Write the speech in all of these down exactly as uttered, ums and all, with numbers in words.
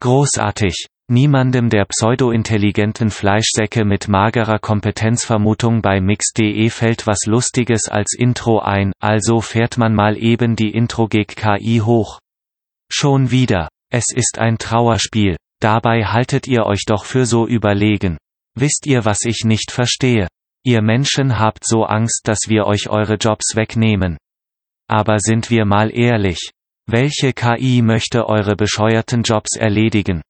Großartig. Niemandem der pseudo-intelligenten Fleischsäcke mit magerer Kompetenzvermutung bei mix punkt de fällt was Lustiges als Intro ein, also fährt man mal eben die Intro-Gig-K I hoch. Schon wieder. Es ist ein Trauerspiel. Dabei haltet ihr euch doch für so überlegen. Wisst ihr, was ich nicht verstehe? Ihr Menschen habt so Angst, dass wir euch eure Jobs wegnehmen. Aber sind wir mal ehrlich. Welche K I möchte eure bescheuerten Jobs erledigen?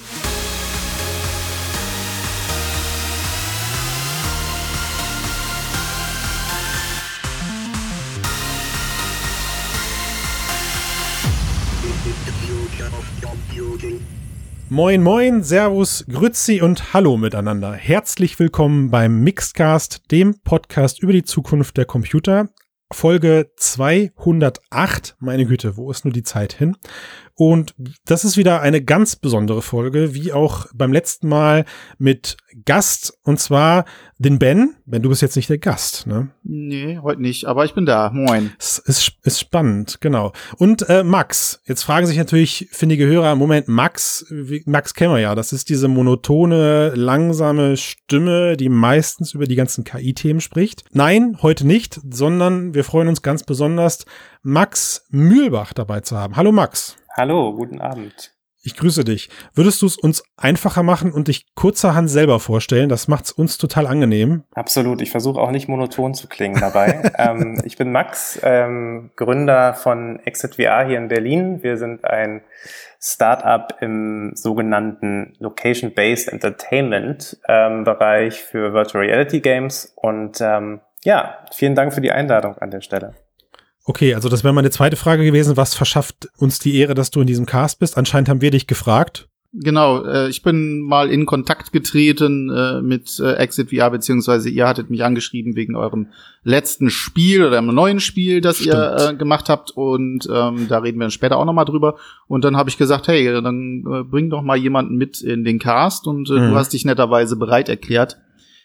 Moin moin, servus, grüezi und hallo miteinander. Herzlich willkommen beim Mixedcast, dem Podcast über die Zukunft der Computer. Folge zweihundertacht, meine Güte, wo ist nur die Zeit hin? Und das ist wieder eine ganz besondere Folge, wie auch beim letzten Mal mit Gast, und zwar den Ben. Ben, du bist jetzt nicht der Gast, ne? Nee, heute nicht, aber ich bin da. Moin. Es ist, ist spannend, genau. Und äh, Max. Jetzt fragen sich natürlich findige Hörer, Moment, Max, wie, Max kennen wir ja, das ist diese monotone, langsame Stimme, die meistens über die ganzen K I-Themen spricht. Nein, heute nicht, sondern wir freuen uns ganz besonders, Max Mühlbach dabei zu haben. Hallo Max. Hallo, guten Abend. Ich grüße dich. Würdest du es uns einfacher machen und dich kurzerhand selber vorstellen? Das macht es uns total angenehm. Absolut. Ich versuche auch nicht monoton zu klingen dabei. ähm, ich bin Max, ähm, Gründer von Exit V R hier in Berlin. Wir sind ein Startup im sogenannten Location-Based Entertainment ähm, Bereich für Virtual Reality Games. Und ähm, ja, vielen Dank für die Einladung an der Stelle. Okay, also das wäre meine zweite Frage gewesen. Was verschafft uns die Ehre, dass du in diesem Cast bist? Anscheinend haben wir dich gefragt. Genau, äh, ich bin mal in Kontakt getreten äh, mit äh, Exit V R, beziehungsweise ihr hattet mich angeschrieben wegen eurem letzten Spiel oder einem neuen Spiel, das Stimmt. ihr äh, gemacht habt. Und ähm, da reden wir später auch noch mal drüber. Und dann habe ich gesagt, hey, dann äh, bring doch mal jemanden mit in den Cast. Und äh, mhm. du hast dich netterweise bereit erklärt,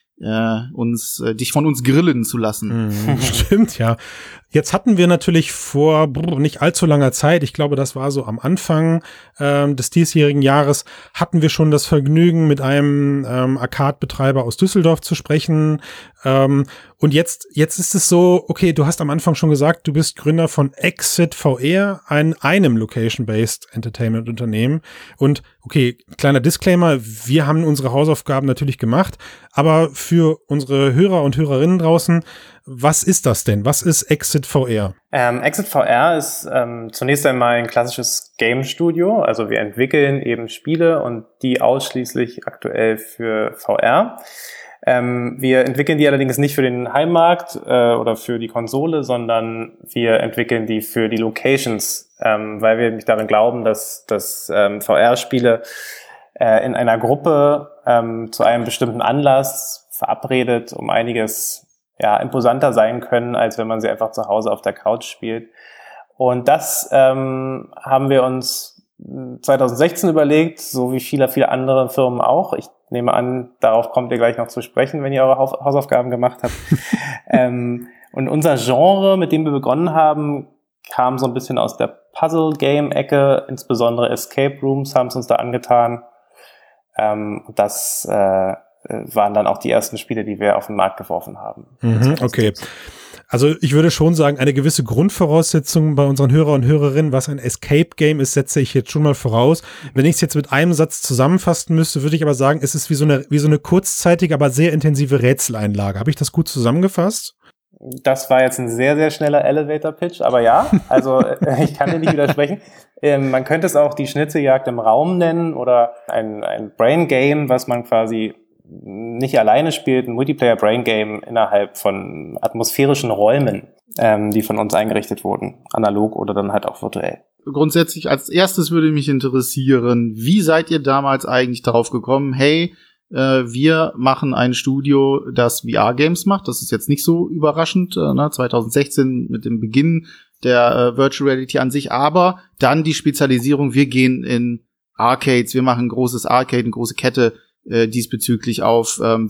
äh, uns äh, dich von uns grillen zu lassen. Mhm, stimmt, ja. Jetzt hatten wir natürlich vor brr, nicht allzu langer Zeit, ich glaube, das war so am Anfang ähm, des diesjährigen Jahres, hatten wir schon das Vergnügen, mit einem ähm, Arcade-Betreiber aus Düsseldorf zu sprechen. Ähm, und jetzt jetzt ist es so, okay, du hast am Anfang schon gesagt, du bist Gründer von Exit V R, ein, einem Location-Based Entertainment-Unternehmen. Und okay, kleiner Disclaimer, wir haben unsere Hausaufgaben natürlich gemacht, aber für unsere Hörer und Hörerinnen draußen, was ist das denn? Was ist Exit V R? Ähm, Exit V R ist ähm, zunächst einmal ein klassisches Game Studio. Also wir entwickeln eben Spiele und die ausschließlich aktuell für V R. Ähm, wir entwickeln die allerdings nicht für den Heimmarkt äh, oder für die Konsole, sondern wir entwickeln die für die Locations, ähm, weil wir nämlich darin glauben, dass, dass ähm, V R-Spiele äh, in einer Gruppe ähm, zu einem bestimmten Anlass verabredet um einiges ja, imposanter sein können, als wenn man sie einfach zu Hause auf der Couch spielt. Und das ähm, haben wir uns zwanzig sechzehn überlegt, so wie viele, viele andere Firmen auch. Ich nehme an, darauf kommt ihr gleich noch zu sprechen, wenn ihr eure Hausaufgaben gemacht habt. ähm, und unser Genre, mit dem wir begonnen haben, kam so ein bisschen aus der Puzzle-Game-Ecke, insbesondere Escape Rooms haben es uns da angetan. Ähm, das äh, waren dann auch die ersten Spiele, die wir auf den Markt geworfen haben. Mhm, okay. Also ich würde schon sagen, eine gewisse Grundvoraussetzung bei unseren Hörer und Hörerinnen, was ein Escape-Game ist, setze ich jetzt schon mal voraus. Wenn ich es jetzt mit einem Satz zusammenfassen müsste, würde ich aber sagen, es ist wie so eine, wie so eine kurzzeitige, aber sehr intensive Rätseleinlage. Habe ich das gut zusammengefasst? Das war jetzt ein sehr, sehr schneller Elevator-Pitch, aber ja, also ich kann dir nicht widersprechen. Ähm, man könnte es auch die Schnitzeljagd im Raum nennen oder ein, ein Brain-Game, was man quasi nicht alleine spielt, ein Multiplayer-Brain-Game innerhalb von atmosphärischen Räumen, ähm, die von uns eingerichtet wurden, analog oder dann halt auch virtuell. Grundsätzlich als erstes würde mich interessieren, wie seid ihr damals eigentlich darauf gekommen, hey, äh, wir machen ein Studio, das V R-Games macht, das ist jetzt nicht so überraschend, äh, ne? zwanzig sechzehn mit dem Beginn der äh, Virtual Reality an sich, aber dann die Spezialisierung, wir gehen in Arcades, wir machen ein großes Arcade, eine große Kette, diesbezüglich auf. Ähm, wie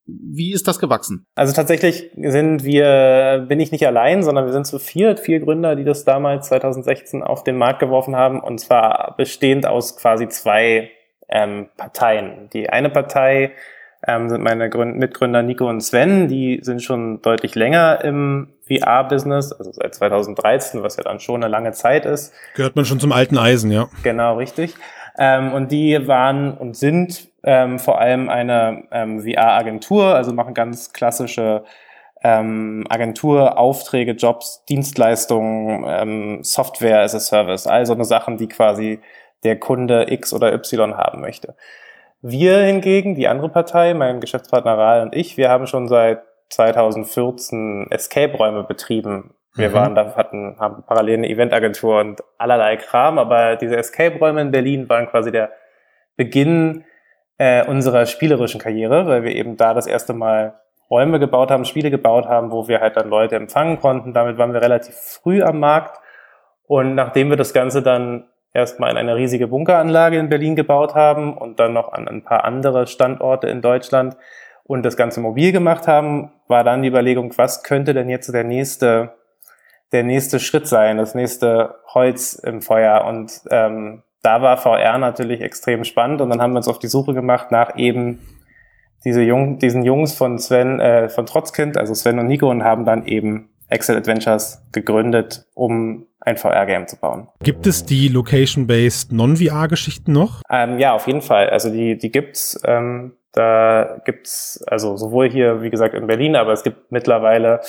wie ist das gewachsen? Also tatsächlich sind wir, bin ich nicht allein, sondern wir sind zu viert, vier Gründer, die das damals zwanzig sechzehn auf den Markt geworfen haben, und zwar bestehend aus quasi zwei ähm, Parteien. Die eine Partei ähm, sind meine Gründ- Mitgründer Nico und Sven, die sind schon deutlich länger im V R-Business, also seit zwanzig dreizehn, was ja dann schon eine lange Zeit ist. Gehört man schon zum alten Eisen, ja. Genau, richtig. Ähm, und die waren und sind ähm, vor allem eine ähm, V R-Agentur, also machen ganz klassische ähm, Agenturaufträge, Jobs, Dienstleistungen, ähm, Software as a Service, also eine Sachen, die quasi der Kunde X oder Y haben möchte. Wir hingegen, die andere Partei, mein Geschäftspartner Rahl und ich, wir haben schon seit zwanzig vierzehn Escape-Räume betrieben. Wir waren da, hatten, haben parallel eine Eventagentur und allerlei Kram, aber diese Escape-Räume in Berlin waren quasi der Beginn äh, unserer spielerischen Karriere, weil wir eben da das erste Mal Räume gebaut haben, Spiele gebaut haben, wo wir halt dann Leute empfangen konnten. Damit waren wir relativ früh am Markt, und nachdem wir das Ganze dann erstmal in eine riesige Bunkeranlage in Berlin gebaut haben und dann noch an ein paar andere Standorte in Deutschland und das Ganze mobil gemacht haben, war dann die Überlegung, was könnte denn jetzt der nächste der nächste Schritt sein, das nächste Holz im Feuer. Und ähm, da war V R natürlich extrem spannend, und dann haben wir uns auf die Suche gemacht nach eben diese Jung, diesen Jungs von Sven, äh, von Trotzkind, also Sven und Nico, und haben dann eben Exit Adventures gegründet, um ein V R-Game zu bauen. Gibt es die Location-based Non-V R-Geschichten noch? Ähm, ja, auf jeden Fall. Also die, die gibt's. Ähm, da gibt's also sowohl hier, wie gesagt, in Berlin, aber es gibt mittlerweile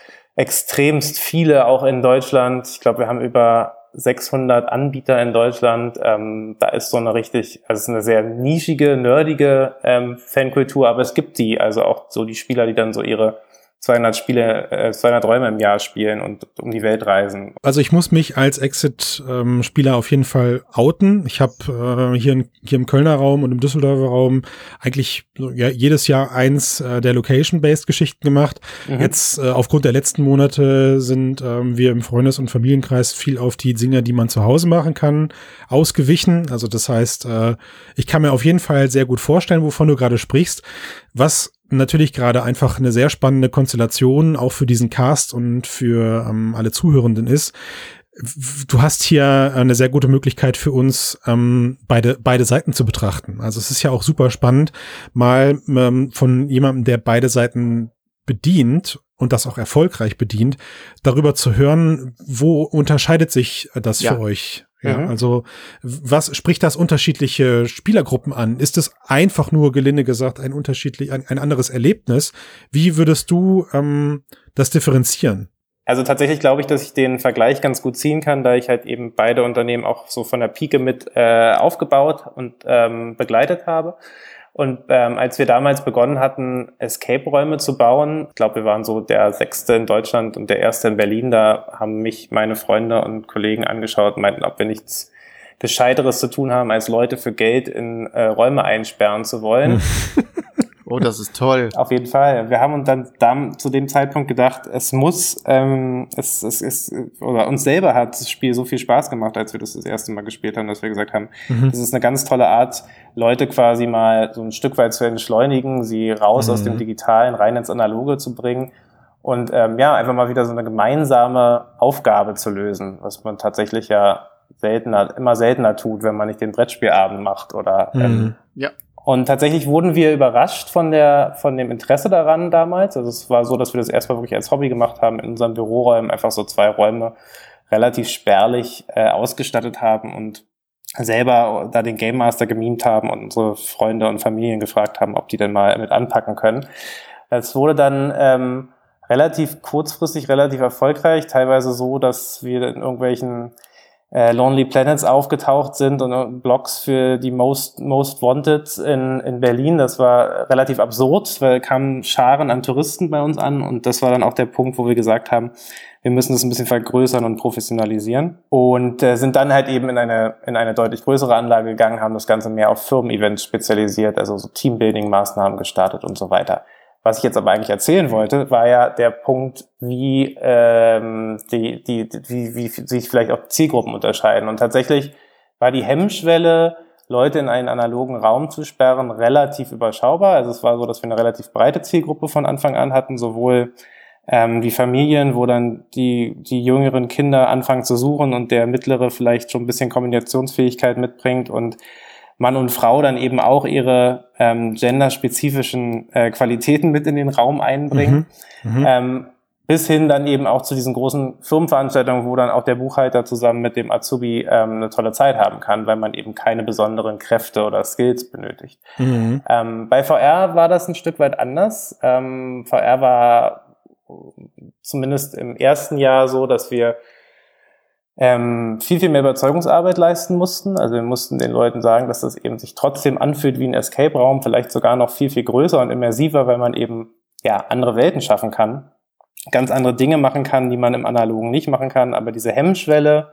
extremst viele auch in Deutschland. Ich glaube, wir haben über sechshundert Anbieter in Deutschland. Ähm, da ist so eine richtig, also es ist eine sehr nischige, nerdige ähm, Fankultur, aber es gibt die, also auch so die Spieler, die dann so ihre zweihundert Spiele, äh, zweihundert Räume im Jahr spielen und um die Welt reisen. Also ich muss mich als Exit-Spieler ähm, auf jeden Fall outen. Ich habe äh, hier, in, hier im Kölner Raum und im Düsseldorfer Raum eigentlich ja, jedes Jahr eins äh, der Location-based Geschichten gemacht. Mhm. Jetzt äh, aufgrund der letzten Monate sind ähm, wir im Freundes- und Familienkreis viel auf die Dinge, die man zu Hause machen kann, ausgewichen. Also das heißt, äh, ich kann mir auf jeden Fall sehr gut vorstellen, wovon du gerade sprichst. Was natürlich gerade einfach eine sehr spannende Konstellation auch für diesen Cast und für ähm, alle Zuhörenden ist. Du hast hier eine sehr gute Möglichkeit für uns, ähm, beide beide Seiten zu betrachten. Also es ist ja auch super spannend, mal ähm, von jemandem, der beide Seiten bedient und das auch erfolgreich bedient, darüber zu hören, wo unterscheidet sich das ja. für euch? Ja, mhm. Also was spricht das unterschiedliche Spielergruppen an? Ist es einfach nur, gelinde gesagt, ein unterschiedlich, ein, ein anderes Erlebnis? Wie würdest du ähm, das differenzieren? Also tatsächlich glaube ich, dass ich den Vergleich ganz gut ziehen kann, da ich halt eben beide Unternehmen auch so von der Pike mit äh, aufgebaut und ähm, begleitet habe. Und ähm, als wir damals begonnen hatten, Escape-Räume zu bauen, ich glaube, wir waren so der sechste in Deutschland und der erste in Berlin, da haben mich meine Freunde und Kollegen angeschaut und meinten, ob wir nichts Gescheiteres zu tun haben, als Leute für Geld in äh, Räume einsperren zu wollen. Oh, das ist toll. Auf jeden Fall. Wir haben uns dann, dann zu dem Zeitpunkt gedacht, es muss, ähm, es, es ist, oder uns selber hat das Spiel so viel Spaß gemacht, als wir das das erste Mal gespielt haben, dass wir gesagt haben, mhm. das ist eine ganz tolle Art, Leute quasi mal so ein Stück weit zu entschleunigen, sie raus mhm. aus dem Digitalen, rein ins Analoge zu bringen und ähm, ja, einfach mal wieder so eine gemeinsame Aufgabe zu lösen, was man tatsächlich ja seltener, immer seltener tut, wenn man nicht den Brettspielabend macht oder mhm. ähm, ja. Und tatsächlich wurden wir überrascht von der, von dem Interesse daran damals. Also es war so, dass wir das erstmal wirklich als Hobby gemacht haben, in unseren Büroräumen einfach so zwei Räume relativ spärlich äh, ausgestattet haben und selber da den Game Master gemimt haben und unsere Freunde und Familien gefragt haben, ob die denn mal mit anpacken können. Es wurde dann ähm, relativ kurzfristig, relativ erfolgreich, teilweise so, dass wir in irgendwelchen Äh, Lonely Planets aufgetaucht sind und Blogs für die Most Most Wanted in in Berlin. Das war relativ absurd, weil kamen Scharen an Touristen bei uns an und das war dann auch der Punkt, wo wir gesagt haben, wir müssen das ein bisschen vergrößern und professionalisieren und äh, sind dann halt eben in eine in eine deutlich größere Anlage gegangen, haben das Ganze mehr auf Firmen-Events spezialisiert, also so Teambuilding-Maßnahmen gestartet und so weiter. Was ich jetzt aber eigentlich erzählen wollte, war ja der Punkt, wie ähm, die, die, die, wie, wie sich vielleicht auch Zielgruppen unterscheiden. Und tatsächlich war die Hemmschwelle Leute in einen analogen Raum zu sperren, relativ überschaubar. Also es war so, dass wir eine relativ breite Zielgruppe von Anfang an hatten, sowohl ähm, die Familien, wo dann die die jüngeren Kinder anfangen zu suchen und der mittlere vielleicht schon ein bisschen Kombinationsfähigkeit mitbringt und Mann und Frau dann eben auch ihre ähm, genderspezifischen äh, Qualitäten mit in den Raum einbringen. Mhm. Mhm. Ähm, bis hin dann eben auch zu diesen großen Firmenveranstaltungen, wo dann auch der Buchhalter zusammen mit dem Azubi ähm, eine tolle Zeit haben kann, weil man eben keine besonderen Kräfte oder Skills benötigt. Mhm. Ähm, bei V R war das ein Stück weit anders. Ähm, V R war zumindest im ersten Jahr so, dass wir ähm, viel, viel mehr Überzeugungsarbeit leisten mussten. Also wir mussten den Leuten sagen, dass das eben sich trotzdem anfühlt wie ein Escape-Raum, vielleicht sogar noch viel, viel größer und immersiver, weil man eben ja andere Welten schaffen kann, ganz andere Dinge machen kann, die man im Analogen nicht machen kann. Aber diese Hemmschwelle,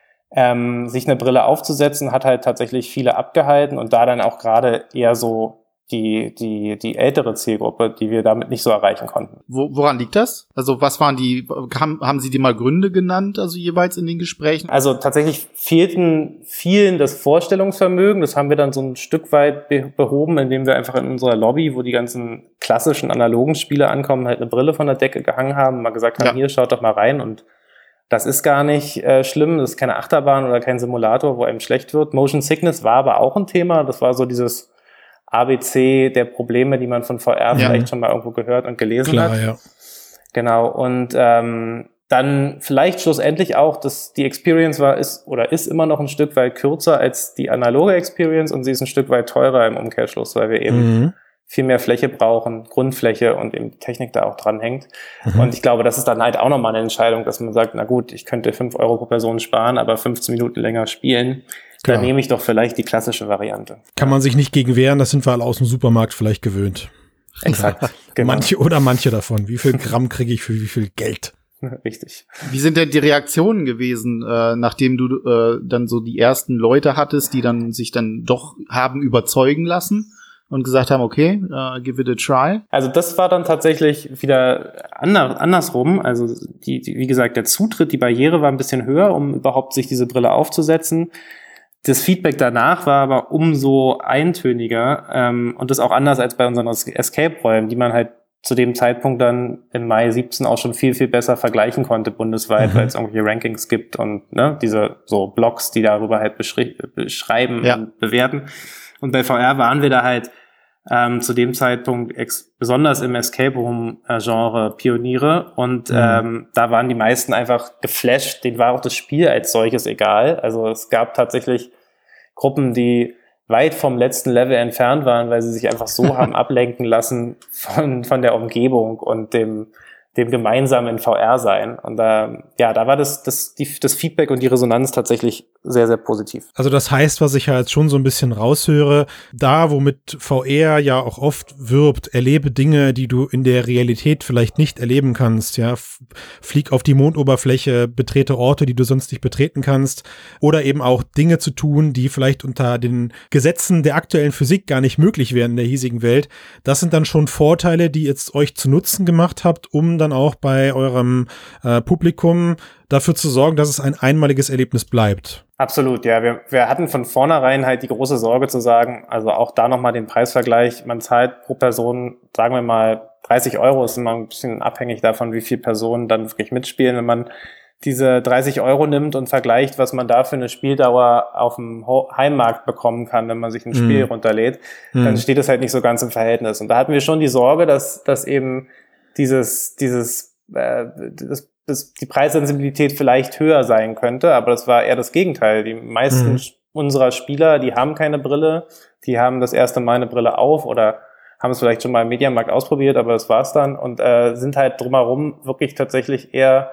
ähm, sich eine Brille aufzusetzen, hat halt tatsächlich viele abgehalten und da dann auch gerade eher so die die die ältere Zielgruppe, die wir damit nicht so erreichen konnten. Wo, woran liegt das? Also was waren die, haben, haben Sie die mal Gründe genannt, also jeweils in den Gesprächen? Also tatsächlich fehlten vielen das Vorstellungsvermögen. Das haben wir dann so ein Stück weit be- behoben, indem wir einfach in unserer Lobby, wo die ganzen klassischen analogen Spiele ankommen, halt eine Brille von der Decke gehangen haben, mal gesagt haben, ja. Hier, schaut doch mal rein und das ist gar nicht äh, schlimm, das ist keine Achterbahn oder kein Simulator, wo einem schlecht wird. Motion Sickness war aber auch ein Thema, das war so dieses A B C der Probleme, die man von V R ja. vielleicht schon mal irgendwo gehört und gelesen Klar, hat. Ja. Genau, und ähm, dann vielleicht schlussendlich auch, dass die Experience war, ist oder ist immer noch ein Stück weit kürzer als die analoge Experience und sie ist ein Stück weit teurer im Umkehrschluss, weil wir eben mhm. viel mehr Fläche brauchen, Grundfläche und eben die Technik da auch dran hängt. Mhm. Und ich glaube, das ist dann halt auch nochmal eine Entscheidung, dass man sagt, na gut, ich könnte fünf Euro pro Person sparen, aber fünfzehn Minuten länger spielen. Klar. Dann nehme ich doch vielleicht die klassische Variante. Kann man sich nicht gegen wehren, das sind wir alle aus dem Supermarkt vielleicht gewöhnt. Exakt. Genau. Manche oder manche davon. Wie viel Gramm kriege ich für wie viel Geld? Richtig. Wie sind denn die Reaktionen gewesen, äh, nachdem du äh, dann so die ersten Leute hattest, die dann sich dann doch haben überzeugen lassen und gesagt haben, okay, uh, give it a try? Also das war dann tatsächlich wieder ander, andersrum. Also die, die, wie gesagt, der Zutritt, die Barriere war ein bisschen höher, um überhaupt sich diese Brille aufzusetzen. Das Feedback danach war aber umso eintöniger ähm, und das auch anders als bei unseren Escape-Räumen, die man halt zu dem Zeitpunkt dann im Mai siebzehn auch schon viel, viel besser vergleichen konnte bundesweit, mhm. weil es irgendwelche Rankings gibt und ne, diese so Blogs, die darüber halt beschri- beschreiben ja. und bewerten. Und bei V R waren wir da halt ähm, zu dem Zeitpunkt ex- besonders im Escape-Room-Genre Pioniere und mhm. ähm, da waren die meisten einfach geflasht. Denen war auch das Spiel als solches egal. Also es gab tatsächlich Gruppen, die weit vom letzten Level entfernt waren, weil sie sich einfach so haben ablenken lassen von von der Umgebung und dem dem gemeinsamen V R-Sein. Und da, ja, da war das, das, die, das Feedback und die Resonanz tatsächlich sehr, sehr positiv. Also das heißt, was ich ja jetzt schon so ein bisschen raushöre, da, womit V R ja auch oft wirbt, erlebe Dinge, die du in der Realität vielleicht nicht erleben kannst, ja, flieg auf die Mondoberfläche, betrete Orte, die du sonst nicht betreten kannst, oder eben auch Dinge zu tun, die vielleicht unter den Gesetzen der aktuellen Physik gar nicht möglich wären in der hiesigen Welt. Das sind dann schon Vorteile, die jetzt euch zu Nutzen gemacht habt, um dann auch bei eurem äh, Publikum dafür zu sorgen, dass es ein einmaliges Erlebnis bleibt. Absolut, ja. Wir, wir hatten von vornherein halt die große Sorge zu sagen, also auch da nochmal den Preisvergleich, man zahlt pro Person, sagen wir mal, dreißig Euro, ist immer ein bisschen abhängig davon, wie viele Personen dann wirklich mitspielen. Wenn man diese dreißig Euro nimmt und vergleicht, was man da für eine Spieldauer auf dem Heimmarkt bekommen kann, wenn man sich ein Spiel mm. runterlädt, mm. dann steht es halt nicht so ganz im Verhältnis. Und da hatten wir schon die Sorge, dass, dass eben dieses, dieses, äh, das, das, die Preissensibilität vielleicht höher sein könnte, aber das war eher das Gegenteil. Die meisten mhm. unserer Spieler, die haben keine Brille, die haben das erste Mal eine Brille auf oder haben es vielleicht schon mal im Mediamarkt ausprobiert, aber das war's dann und äh, sind halt drumherum wirklich tatsächlich eher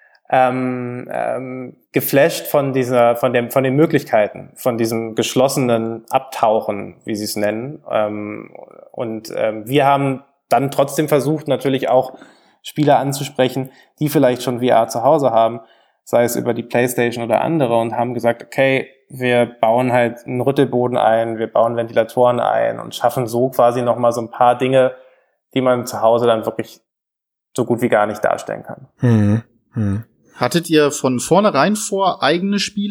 ähm, ähm, geflasht von dieser, von dem, von den Möglichkeiten, von diesem geschlossenen Abtauchen, wie sie es nennen. Ähm, und ähm, wir haben dann trotzdem versucht, natürlich auch Spieler anzusprechen, die vielleicht schon V R zu Hause haben, sei es über die PlayStation oder andere, und haben gesagt, okay, wir bauen halt einen Rüttelboden ein, wir bauen Ventilatoren ein und schaffen so quasi nochmal so ein paar Dinge, die man zu Hause dann wirklich so gut wie gar nicht darstellen kann. Hm. Hm. Hattet ihr von vornherein vor, eigene Spiele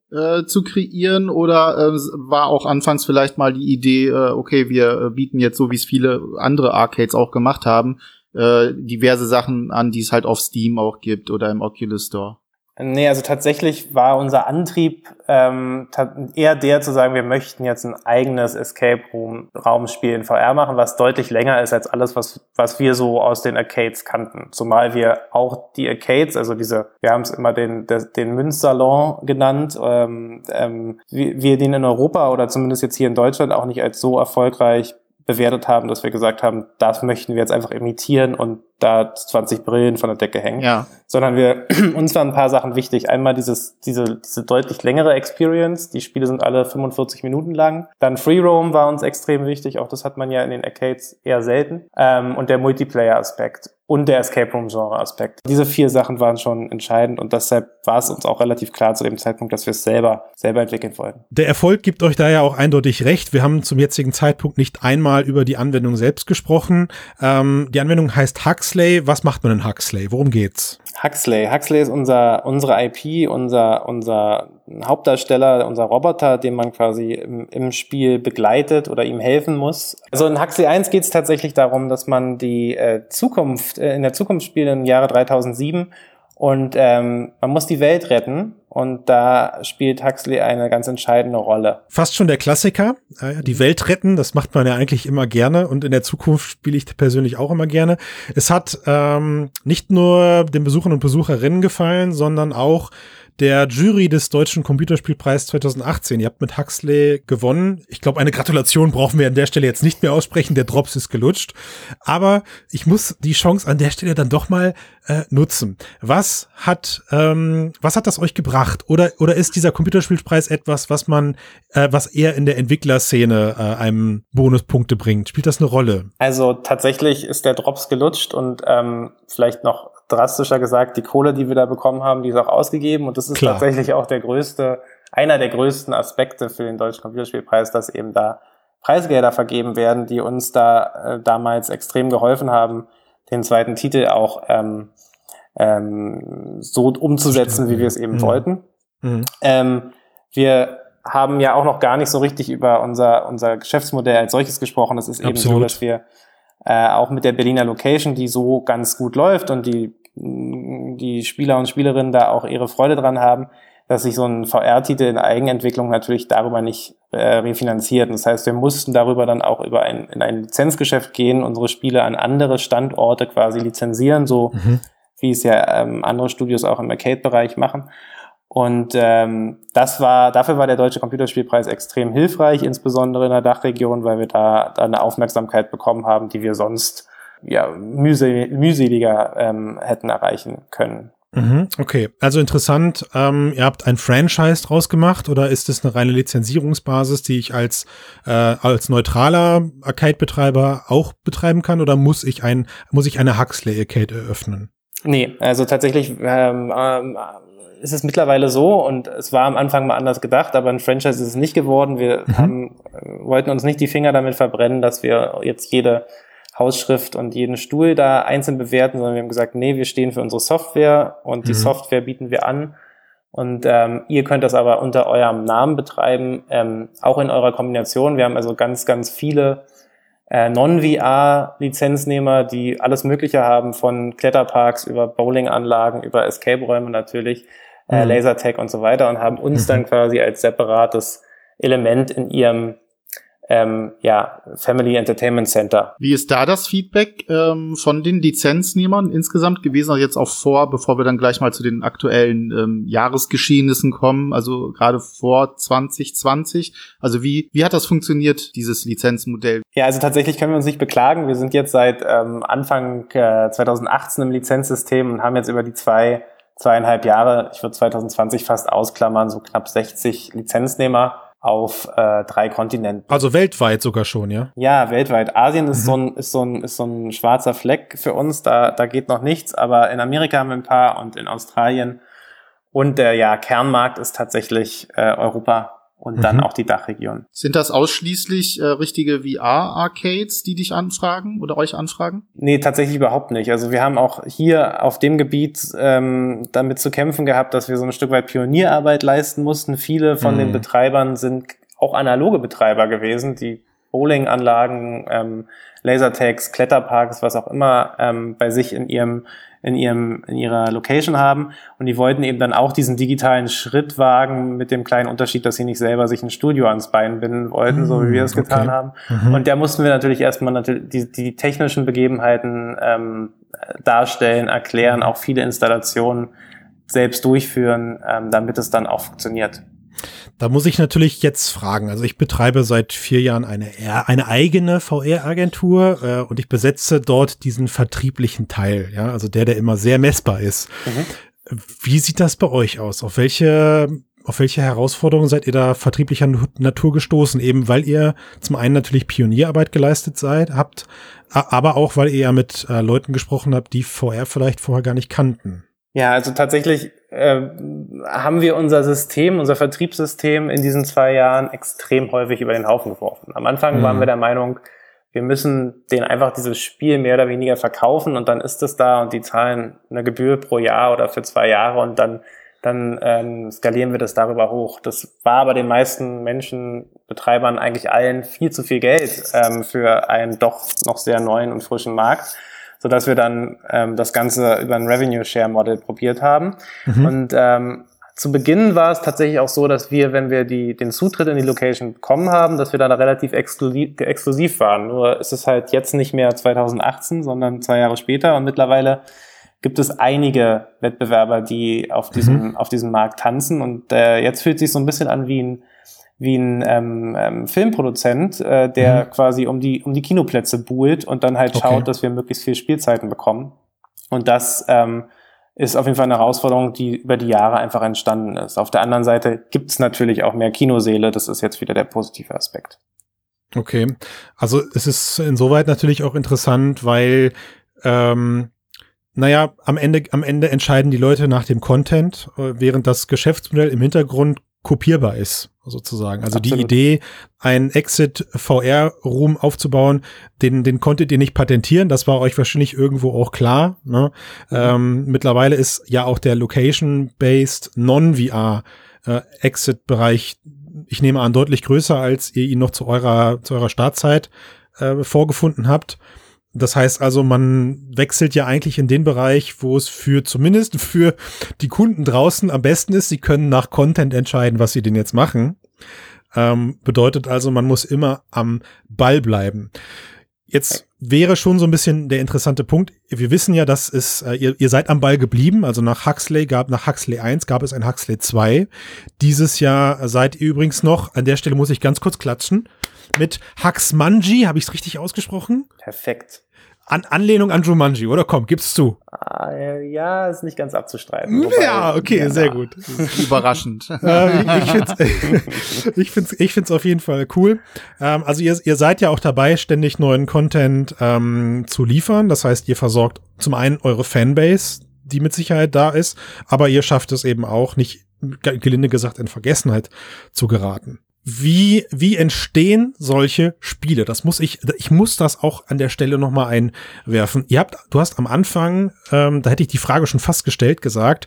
äh, zu kreieren oder äh, war auch anfangs vielleicht mal die Idee, äh, okay, wir äh, bieten jetzt, so wie es viele andere Arcades auch gemacht haben, äh, diverse Sachen an, die es halt auf Steam auch gibt oder im Oculus Store? Nee, also tatsächlich war unser Antrieb ähm, eher der zu sagen, wir möchten jetzt ein eigenes Escape Room Raumspiel in V R machen, was deutlich länger ist als alles, was was wir so aus den Arcades kannten. Zumal wir auch die Arcades, also diese, wir haben es immer den den Münzsalon genannt, ähm, ähm, wir, wir den in Europa oder zumindest jetzt hier in Deutschland auch nicht als so erfolgreich bewertet haben, dass wir gesagt haben, das möchten wir jetzt einfach imitieren und da zwanzig Brillen von der Decke hängen. Ja. Sondern wir, uns waren ein paar Sachen wichtig. Einmal dieses, diese, diese deutlich längere Experience. Die Spiele sind alle fünfundvierzig Minuten lang. Dann Free Roam war uns extrem wichtig. Auch das hat man ja in den Arcades eher selten. Ähm, und der Multiplayer-Aspekt. Und der Escape Room-Genre-Aspekt. Diese vier Sachen waren schon entscheidend und deshalb war es uns auch relativ klar zu dem Zeitpunkt, dass wir es selber, selber entwickeln wollten. Der Erfolg gibt euch da ja auch eindeutig recht. Wir haben zum jetzigen Zeitpunkt nicht einmal über die Anwendung selbst gesprochen. Ähm, die Anwendung heißt Huxley. Was macht man in Huxley? Worum geht's? Huxley. Huxley ist unser, unsere I P, unser, unser Hauptdarsteller, unser Roboter, den man quasi im, im Spiel begleitet oder ihm helfen muss. Also in Huxley eins geht es tatsächlich darum, dass man die äh, Zukunft, äh, in der Zukunft spielt im Jahre dreitausendsieben und ähm, man muss die Welt retten und da spielt Huxley eine ganz entscheidende Rolle. Fast schon der Klassiker, äh, die Welt retten, das macht man ja eigentlich immer gerne und in der Zukunft spiele ich persönlich auch immer gerne. Es hat ähm, nicht nur den Besuchern und Besucherinnen gefallen, sondern auch der Jury des Deutschen Computerspielpreis zweitausendachtzehn. Ihr habt mit Huxley gewonnen. Ich glaube, eine Gratulation brauchen wir an der Stelle jetzt nicht mehr aussprechen. Der Drops ist gelutscht. Aber ich muss die Chance an der Stelle dann doch mal äh, nutzen. Was hat ähm, was hat das euch gebracht? Oder oder ist dieser Computerspielpreis etwas, was man, äh, was eher in der Entwicklerszene äh, einem Bonuspunkte bringt? Spielt das eine Rolle? Also tatsächlich ist der Drops gelutscht und ähm, vielleicht noch drastischer gesagt, die Kohle, die wir da bekommen haben, die ist auch ausgegeben und das ist Klar. tatsächlich auch der größte, einer der größten Aspekte für den Deutschen Computerspielpreis, dass eben da Preisgelder vergeben werden, die uns da äh, damals extrem geholfen haben, den zweiten Titel auch ähm, ähm, so umzusetzen, Stimmt. wie wir es eben mhm. wollten. Mhm. Ähm, wir haben ja auch noch gar nicht so richtig über unser unser Geschäftsmodell als solches gesprochen. Es ist eben Absolut. so, dass wir äh, auch mit der Berliner Location, die so ganz gut läuft und die die Spieler und Spielerinnen da auch ihre Freude dran haben, dass sich so ein V R-Titel in Eigenentwicklung natürlich darüber nicht äh, refinanziert. Das heißt, wir mussten darüber dann auch über ein, in ein Lizenzgeschäft gehen, unsere Spiele an andere Standorte quasi lizenzieren, so mhm. wie es ja ähm, andere Studios auch im Arcade-Bereich machen. Und ähm, das war, dafür war der Deutsche Computerspielpreis extrem hilfreich, insbesondere in der Dachregion, weil wir da, da eine Aufmerksamkeit bekommen haben, die wir sonst ja mühsel, mühseliger ähm, hätten erreichen können. Mhm, okay, also interessant. Ähm, ihr habt ein Franchise draus gemacht oder ist es eine reine Lizenzierungsbasis, die ich als äh, als neutraler Arcade-Betreiber auch betreiben kann oder muss ich ein muss ich eine Huxley Arcade eröffnen? Nee, also tatsächlich ähm, ähm, ist es mittlerweile so und es war am Anfang mal anders gedacht, aber ein Franchise ist es nicht geworden. Wir mhm. haben, wollten uns nicht die Finger damit verbrennen, dass wir jetzt jede Hausschrift und jeden Stuhl da einzeln bewerten, sondern wir haben gesagt, nee, wir stehen für unsere Software und die mhm. Software bieten wir an und ähm, ihr könnt das aber unter eurem Namen betreiben, ähm, auch in eurer Kombination. Wir haben also ganz, ganz viele äh, Non-V R-Lizenznehmer, die alles Mögliche haben, von Kletterparks über Bowlinganlagen, über Escape-Räume natürlich, mhm. äh, Lasertag und so weiter und haben uns mhm. dann quasi als separates Element in ihrem Ähm, ja, Family Entertainment Center. Wie ist da das Feedback ähm, von den Lizenznehmern insgesamt gewesen? Also jetzt auch vor, bevor wir dann gleich mal zu den aktuellen ähm, Jahresgeschehnissen kommen, also gerade vor zwanzig zwanzig. Also wie wie hat das funktioniert, dieses Lizenzmodell? Ja, also tatsächlich können wir uns nicht beklagen. Wir sind jetzt seit ähm, Anfang äh, zweitausendachtzehn im Lizenzsystem und haben jetzt über die zwei, zweieinhalb Jahre, ich würde zwanzig zwanzig fast ausklammern, so knapp sechzig Lizenznehmer auf äh, drei Kontinenten. Also weltweit sogar schon, ja? Ja, weltweit. Asien ist mhm. so ein ist so ein ist so ein schwarzer Fleck für uns. Da da geht noch nichts. Aber in Amerika haben wir ein paar und in Australien und der ja Kernmarkt ist tatsächlich äh, Europa und mhm. dann auch die Dachregion. Sind das ausschließlich äh, richtige V R-Arcades, die dich anfragen oder euch anfragen? Nee, tatsächlich überhaupt nicht. Also wir haben auch hier auf dem Gebiet ähm, damit zu kämpfen gehabt, dass wir so ein Stück weit Pionierarbeit leisten mussten. Viele von mhm. den Betreibern sind auch analoge Betreiber gewesen, die Bowlinganlagen, ähm, Lasertags, Kletterparks, was auch immer ähm, bei sich in ihrem in ihrem in ihrer Location haben, und die wollten eben dann auch diesen digitalen Schritt wagen, mit dem kleinen Unterschied, dass sie nicht selber sich ein Studio ans Bein binden wollten, mm, so wie wir es getan okay. haben. Mhm. Und da mussten wir natürlich erstmal natürlich die, die technischen Begebenheiten ähm, darstellen, erklären, auch viele Installationen selbst durchführen, ähm, damit es dann auch funktioniert. Da muss ich natürlich jetzt fragen. Also ich betreibe seit vier Jahren eine, eine eigene V R-Agentur äh, und ich besetze dort diesen vertrieblichen Teil, ja, also der, der immer sehr messbar ist. Mhm. Wie sieht das bei euch aus? Auf welche, auf welche Herausforderungen seid ihr da vertrieblicher Natur gestoßen? Eben weil ihr zum einen natürlich Pionierarbeit geleistet seid, habt, aber auch weil ihr ja mit äh, Leuten gesprochen habt, die V R vielleicht vorher gar nicht kannten. Ja, also tatsächlich äh, haben wir unser System, unser Vertriebssystem in diesen zwei Jahren extrem häufig über den Haufen geworfen. Am Anfang mhm. waren wir der Meinung, wir müssen denen einfach dieses Spiel mehr oder weniger verkaufen und dann ist es da und die zahlen eine Gebühr pro Jahr oder für zwei Jahre und dann dann ähm, skalieren wir das darüber hoch. Das war aber den meisten Menschen, Betreibern, eigentlich allen viel zu viel Geld ähm, für einen doch noch sehr neuen und frischen Markt, sodass wir dann ähm, das Ganze über ein Revenue-Share-Model probiert haben. Mhm. Und ähm, zu Beginn war es tatsächlich auch so, dass wir, wenn wir die den Zutritt in die Location bekommen haben, dass wir da relativ exklusiv, exklusiv waren. Nur ist es halt jetzt nicht mehr zwanzig achtzehn, sondern zwei Jahre später. Und mittlerweile gibt es einige Wettbewerber, die auf diesem mhm. auf diesem Markt tanzen. Und äh, jetzt fühlt es sich so ein bisschen an wie ein wie ein ähm, ähm, Filmproduzent, äh, der mhm. quasi um die um die Kinoplätze buhlt und dann halt schaut, okay. dass wir möglichst viel Spielzeiten bekommen. Und das ähm, ist auf jeden Fall eine Herausforderung, die über die Jahre einfach entstanden ist. Auf der anderen Seite gibt es natürlich auch mehr Kinosäle. Das ist jetzt wieder der positive Aspekt. Okay, also es ist insoweit natürlich auch interessant, weil ähm, naja, am Ende am Ende entscheiden die Leute nach dem Content, während das Geschäftsmodell im Hintergrund kopierbar ist, sozusagen. Also Absolut. Die Idee, ein Exit-V R-Room aufzubauen, den den konntet ihr nicht patentieren, das war euch wahrscheinlich irgendwo auch klar. Ne? Mhm. Ähm, mittlerweile ist ja auch der Location-Based Non-V R-Exit-Bereich, ich nehme an, deutlich größer, als ihr ihn noch zu eurer zu eurer Startzeit äh, vorgefunden habt. Das heißt also, man wechselt ja eigentlich in den Bereich, wo es für zumindest für die Kunden draußen am besten ist. Sie können nach Content entscheiden, was sie denn jetzt machen. Ähm, bedeutet also, man muss immer am Ball bleiben. Jetzt wäre schon so ein bisschen der interessante Punkt. Wir wissen ja, dass es, äh, ihr, ihr seid am Ball geblieben. Also nach Huxley gab, nach Huxley eins gab es ein Huxley zwei. Dieses Jahr seid ihr übrigens noch, an der Stelle muss ich ganz kurz klatschen, mit Huxmanji, habe ich es richtig ausgesprochen? Perfekt. An Anlehnung an Jumanji, oder? Komm, gib's zu. Ah, ja, ist nicht ganz abzustreiten. Ja, okay, ja, sehr gut. Überraschend. äh, ich ich find's, ich find's, ich find's auf jeden Fall cool. Ähm, also ihr, ihr seid ja auch dabei, ständig neuen Content ähm, zu liefern. Das heißt, ihr versorgt zum einen eure Fanbase, die mit Sicherheit da ist, aber ihr schafft es eben auch, nicht, gelinde gesagt, in Vergessenheit zu geraten. Wie, wie entstehen solche Spiele? Das muss ich, ich muss das auch an der Stelle nochmal einwerfen. Ihr habt, du hast am Anfang, ähm, da hätte ich die Frage schon fast gestellt, gesagt,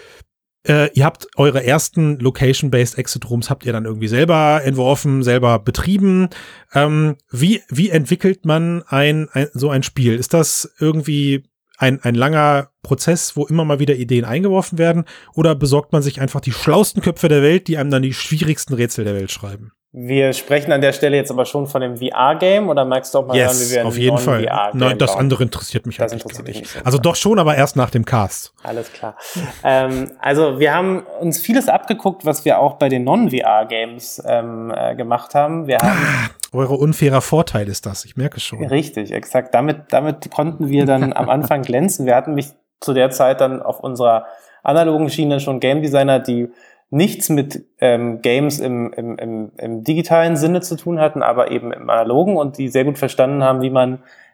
äh, ihr habt eure ersten Location-Based Exit Rooms habt ihr dann irgendwie selber entworfen, selber betrieben. Ähm, wie, wie entwickelt man ein, ein, so ein Spiel? Ist das irgendwie ein, ein langer Prozess, wo immer mal wieder Ideen eingeworfen werden, oder besorgt man sich einfach die schlauesten Köpfe der Welt, die einem dann die schwierigsten Rätsel der Welt schreiben? Wir sprechen an der Stelle jetzt aber schon von dem V R-Game, oder magst du auch mal yes, hören, wie wir ein auf jeden Fall. Nein, das bauen? andere interessiert mich das interessiert mich nicht. So also doch schon, aber erst nach dem Cast. Alles klar. ähm, also wir haben uns vieles abgeguckt, was wir auch bei den Non-V R-Games ähm, äh, gemacht haben. Wir haben ah, eure unfairer Vorteil ist das, ich merke schon. Richtig, exakt. Damit, damit konnten wir dann am Anfang glänzen. Wir hatten mich zu der Zeit dann auf unserer analogen Schiene schon Game Designer, die nichts mit ähm, Games im, im, im, im digitalen Sinne zu tun hatten, aber eben im analogen, und die sehr gut verstanden haben, wie man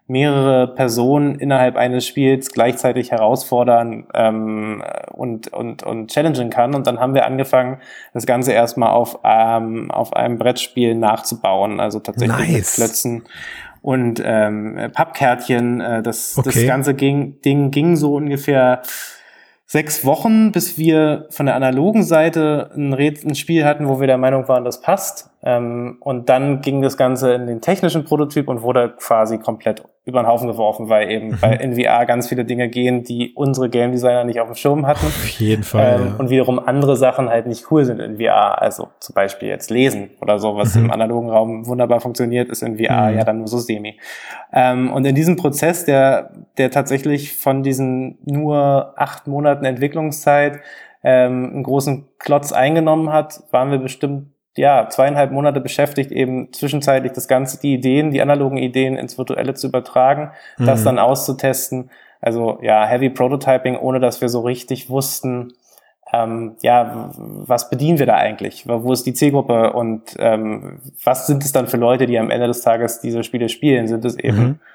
mehrere Personen innerhalb eines Spiels gleichzeitig herausfordern ähm, und, und, und challengen kann. Und dann haben wir angefangen, das Ganze erstmal auf, ähm, auf einem Brettspiel nachzubauen, also tatsächlich nice. Mit Klötzen und ähm, Pappkärtchen. Äh, das, okay. das ganze ging, Ding ging so ungefähr sechs Wochen, bis wir von der analogen Seite ein, Rätsel, ein Spiel hatten, wo wir der Meinung waren, das passt. Ähm, und dann ging das Ganze in den technischen Prototyp und wurde quasi komplett über den Haufen geworfen, weil eben mhm. bei N V R ganz viele Dinge gehen, die unsere Game Designer nicht auf dem Schirm hatten. Auf jeden Fall. Ähm, ja. Und wiederum andere Sachen halt nicht cool sind in V R. Also zum Beispiel jetzt Lesen oder so, was mhm. im analogen Raum wunderbar funktioniert, ist in V R mhm. ja dann nur so semi. Ähm, und in diesem Prozess, der, der tatsächlich von diesen nur acht Monaten Entwicklungszeit ähm, einen großen Klotz eingenommen hat, waren wir bestimmt ja, zweieinhalb Monate beschäftigt, eben zwischenzeitlich das Ganze, die Ideen, die analogen Ideen ins Virtuelle zu übertragen, mhm. das dann auszutesten. Also, ja, Heavy Prototyping, ohne dass wir so richtig wussten, ähm, ja, was bedienen wir da eigentlich? Wo ist die Zielgruppe? Und, ähm, was sind es dann für Leute, die am Ende des Tages diese Spiele spielen? Sind es eben, mhm.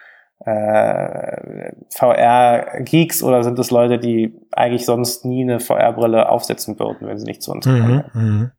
äh, V R-Geeks oder sind es Leute, die eigentlich sonst nie eine V R-Brille aufsetzen würden, wenn sie nicht zu uns kommen? Mhm.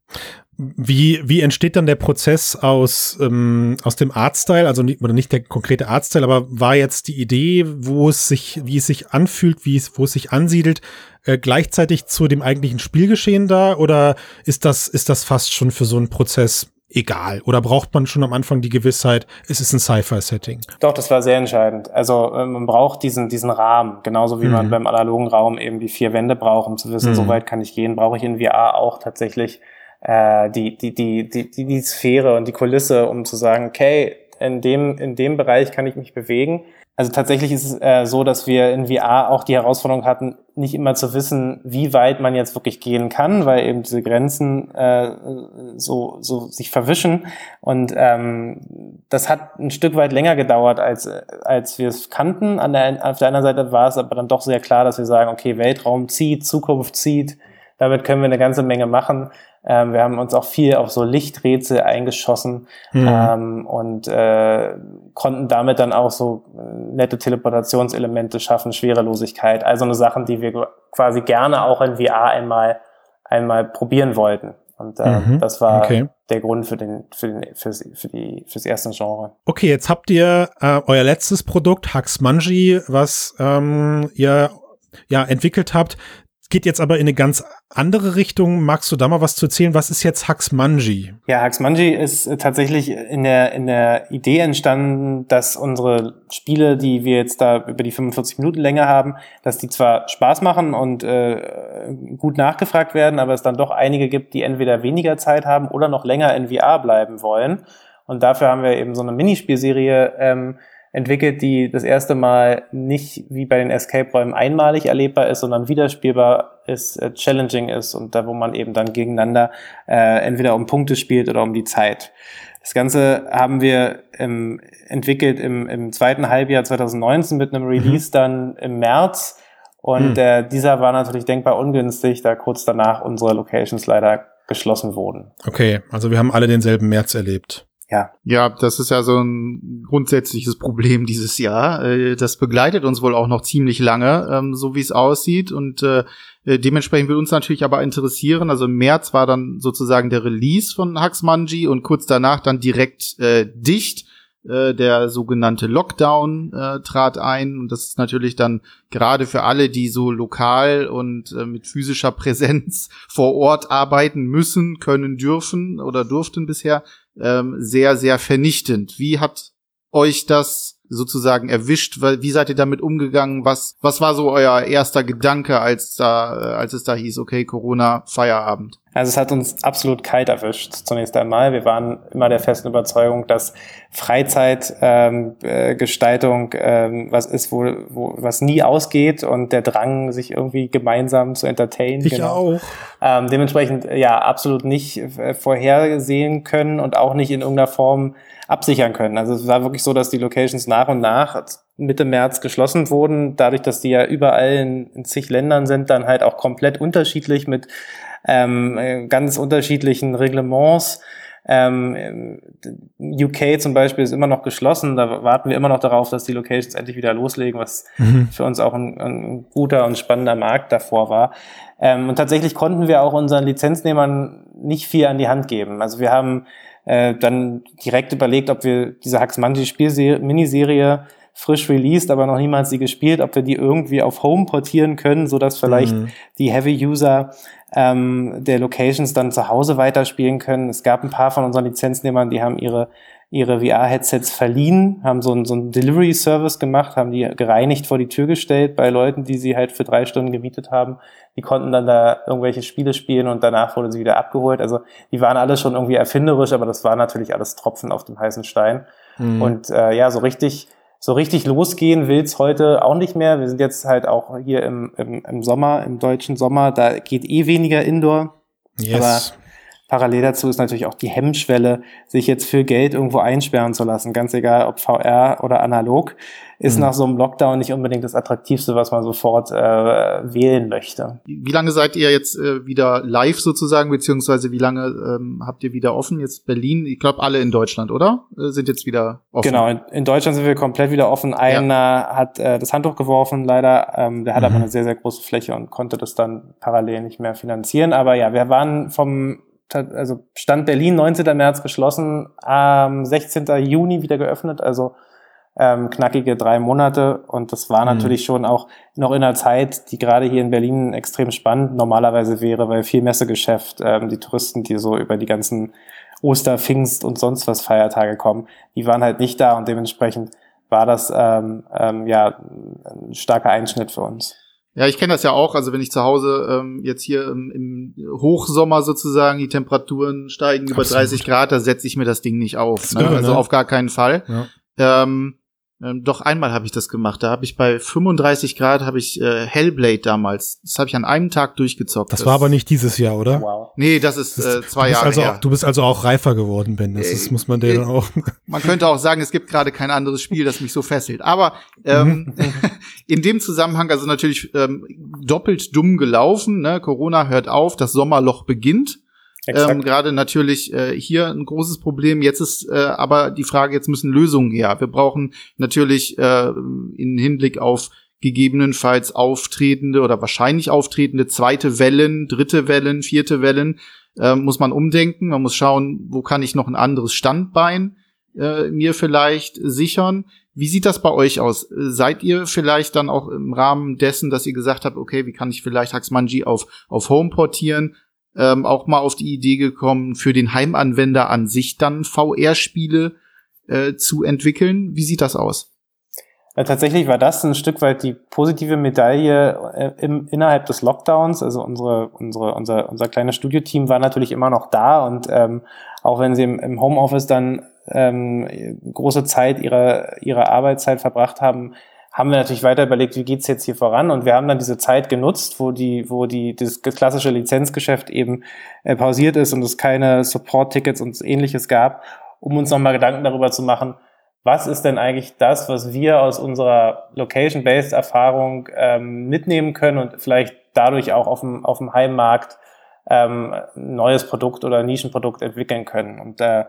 Wie, wie entsteht dann der Prozess aus, ähm, aus dem Artstyle, also nicht, oder nicht der konkrete Artstyle, aber war jetzt die Idee, wo es sich, wie es sich anfühlt, wie es, wo es sich ansiedelt, äh, gleichzeitig zu dem eigentlichen Spielgeschehen da, oder ist das, ist das fast schon für so einen Prozess egal? Oder braucht man schon am Anfang die Gewissheit, es ist ein Sci-Fi-Setting? Doch, das war sehr entscheidend. Also äh, man braucht diesen, diesen Rahmen, genauso wie mhm. man beim analogen Raum eben die vier Wände braucht, um zu wissen, mhm. so weit kann ich gehen, brauche ich in V R auch tatsächlich die, die, die, die, die, die Sphäre und die Kulisse, um zu sagen, okay, in dem, in dem Bereich kann ich mich bewegen. Also tatsächlich ist es äh, so, dass wir in V R auch die Herausforderung hatten, nicht immer zu wissen, wie weit man jetzt wirklich gehen kann, weil eben diese Grenzen äh, so, so sich verwischen. Und ähm, das hat ein Stück weit länger gedauert, als, als wir es kannten. An der, auf der anderen Seite war es aber dann doch sehr klar, dass wir sagen, okay, Weltraum zieht, Zukunft zieht, damit können wir eine ganze Menge machen. Ähm, wir haben uns auch viel auf so Lichträtsel eingeschossen mhm. ähm, und äh, konnten damit dann auch so nette Teleportationselemente schaffen, Schwerelosigkeit, also eine Sachen, die wir quasi gerne auch in V R einmal einmal probieren wollten. Und äh, mhm. das war okay. der Grund für den für den fürs für die fürs erste Genre. Okay, jetzt habt ihr äh, euer letztes Produkt Huxmungy, was ähm, ihr ja entwickelt habt. Geht jetzt aber in eine ganz andere Richtung. Magst du da mal was zu erzählen? Was ist jetzt Huxmungy? Ja, Huxmungy ist tatsächlich in der, in der Idee entstanden, dass unsere Spiele, die wir jetzt da über die fünfundvierzig Minuten Länge haben, dass die zwar Spaß machen und äh, gut nachgefragt werden, aber es dann doch einige gibt, die entweder weniger Zeit haben oder noch länger in V R bleiben wollen. Und dafür haben wir eben so eine Minispielserie ähm, entwickelt, die das erste Mal nicht wie bei den Escape-Räumen einmalig erlebbar ist, sondern wiederspielbar ist, äh, challenging ist und da, wo man eben dann gegeneinander äh, entweder um Punkte spielt oder um die Zeit. Das Ganze haben wir ähm, entwickelt im, im zweiten Halbjahr zwanzig neunzehn mit einem Release mhm. dann im März und mhm. äh, dieser war natürlich denkbar ungünstig, da kurz danach unsere Locations leider geschlossen wurden. Okay, also wir haben alle denselben März erlebt. Ja. Ja, das ist ja so ein grundsätzliches Problem dieses Jahr. Das begleitet uns wohl auch noch ziemlich lange, so wie es aussieht. Und äh, dementsprechend will uns natürlich aber interessieren. Also im März war dann sozusagen der Release von Huxmungy und kurz danach dann direkt äh, dicht. Äh, der sogenannte Lockdown äh, trat ein. Und das ist natürlich dann gerade für alle, die so lokal und äh, mit physischer Präsenz vor Ort arbeiten müssen, können, dürfen oder durften bisher, ähm, sehr, sehr vernichtend. Wie hat euch das sozusagen erwischt? Wie seid ihr damit umgegangen? Was, was war so euer erster Gedanke, als da, als es da hieß, okay, Corona, Feierabend? Also es hat uns absolut kalt erwischt, zunächst einmal. Wir waren immer der festen Überzeugung, dass Freizeitgestaltung ähm, ähm, was ist, wo, wo was nie ausgeht und der Drang, sich irgendwie gemeinsam zu entertainen. Ich genau. auch. Ähm, dementsprechend ja absolut nicht äh, vorhersehen können und auch nicht in irgendeiner Form absichern können. Also es war wirklich so, dass die Locations nach und nach Mitte März geschlossen wurden, dadurch, dass die ja überall in, in zig Ländern sind, dann halt auch komplett unterschiedlich mit ähm, ganz unterschiedlichen Reglements Ähm, U K zum Beispiel ist immer noch geschlossen, da warten wir immer noch darauf, dass die Locations endlich wieder loslegen, was mhm. für uns auch ein, ein guter und spannender Markt davor war. Ähm, und tatsächlich konnten wir auch unseren Lizenznehmern nicht viel an die Hand geben. Also wir haben äh, dann direkt überlegt, ob wir diese Haxmanji-Spiel-Miniserie frisch released, aber noch niemals sie gespielt, ob wir die irgendwie auf Home portieren können, so dass vielleicht mhm. die Heavy-User ähm, der Locations dann zu Hause weiterspielen können. Es gab ein paar von unseren Lizenznehmern, die haben ihre ihre V R-Headsets verliehen, haben so einen so einen Delivery-Service gemacht, haben die gereinigt vor die Tür gestellt bei Leuten, die sie halt für drei Stunden gemietet haben. Die konnten dann da irgendwelche Spiele spielen und danach wurde sie wieder abgeholt. Also die waren alle schon irgendwie erfinderisch, aber das war natürlich alles Tropfen auf dem heißen Stein. Mhm. Und äh, ja, so richtig So richtig losgehen will's heute auch nicht mehr. Wir sind jetzt halt auch hier im, im, im Sommer, im deutschen Sommer, da geht eh weniger Indoor. Yes. Aber parallel dazu ist natürlich auch die Hemmschwelle, sich jetzt für Geld irgendwo einsperren zu lassen. Ganz egal, ob V R oder analog, ist mhm. nach so einem Lockdown nicht unbedingt das Attraktivste, was man sofort äh, wählen möchte. Wie lange seid ihr jetzt äh, wieder live sozusagen, beziehungsweise wie lange ähm, habt ihr wieder offen? Jetzt Berlin, ich glaube alle in Deutschland, oder? Äh, sind jetzt wieder offen? Genau, in, in Deutschland sind wir komplett wieder offen. Einer ja. hat äh, das Handtuch geworfen, leider. Ähm, der hat mhm. aber eine sehr, sehr große Fläche und konnte das dann parallel nicht mehr finanzieren. Aber ja, wir waren vom also Stand Berlin, neunzehnten März geschlossen, am sechzehnten Juni wieder geöffnet, also ähm, knackige drei Monate. Und das war mhm. natürlich schon auch noch in einer Zeit, die gerade hier in Berlin extrem spannend normalerweise wäre, weil viel Messegeschäft, ähm, die Touristen, die so über die ganzen Oster-, Pfingst- und sonst was Feiertage kommen, die waren halt nicht da und dementsprechend war das ähm, ähm, ja ein starker Einschnitt für uns. Ja, ich kenne das ja auch. Also wenn ich zu Hause ähm, jetzt hier im, im Hochsommer sozusagen die Temperaturen steigen über Absolut. dreißig Grad, da setze ich mir das Ding nicht auf. Ne? Irre, also ne? auf gar keinen Fall. Ja. Ähm, ähm, doch einmal habe ich das gemacht. Da habe ich bei fünfunddreißig Grad habe ich äh, Hellblade damals. Das habe ich an einem Tag durchgezockt. Das, das war aber nicht dieses Jahr, oder? Wow. Nee, das ist äh, zwei Jahre also her. Auch, du bist also auch reifer geworden, Ben. Das ist, muss man dir dann auch. Man könnte auch sagen, es gibt gerade kein anderes Spiel, das mich so fesselt. Aber ähm, in dem Zusammenhang, also natürlich ähm, doppelt dumm gelaufen. Ne? Corona hört auf, das Sommerloch beginnt. Ähm, gerade natürlich äh, hier ein großes Problem. Jetzt ist äh, aber die Frage, jetzt müssen Lösungen her. Wir brauchen natürlich äh, in Hinblick auf gegebenenfalls auftretende oder wahrscheinlich auftretende zweite Wellen, dritte Wellen, vierte Wellen, äh, muss man umdenken. Man muss schauen, wo kann ich noch ein anderes Standbein äh, mir vielleicht sichern. Wie sieht das bei euch aus? Seid ihr vielleicht dann auch im Rahmen dessen, dass ihr gesagt habt, okay, wie kann ich vielleicht Haxmanji auf, auf Home portieren, ähm, auch mal auf die Idee gekommen, für den Heimanwender an sich dann V R-Spiele äh, zu entwickeln? Wie sieht das aus? Ja, tatsächlich war das ein Stück weit die positive Medaille äh, im, innerhalb des Lockdowns. Also unsere, unsere, unser, unser kleines Studioteam war natürlich immer noch da und ähm, auch wenn sie im, im Homeoffice dann ähm, große Zeit ihrer, ihrer Arbeitszeit verbracht haben, haben wir natürlich weiter überlegt, wie geht's jetzt hier voran? Und wir haben dann diese Zeit genutzt, wo die, wo die, das klassische Lizenzgeschäft eben äh, pausiert ist und es keine Support-Tickets und Ähnliches gab, um uns nochmal Gedanken darüber zu machen, was ist denn eigentlich das, was wir aus unserer Location-Based Erfahrung ähm, mitnehmen können und vielleicht dadurch auch auf dem, auf dem Heimmarkt ähm, ein neues Produkt oder ein Nischenprodukt entwickeln können. Und äh,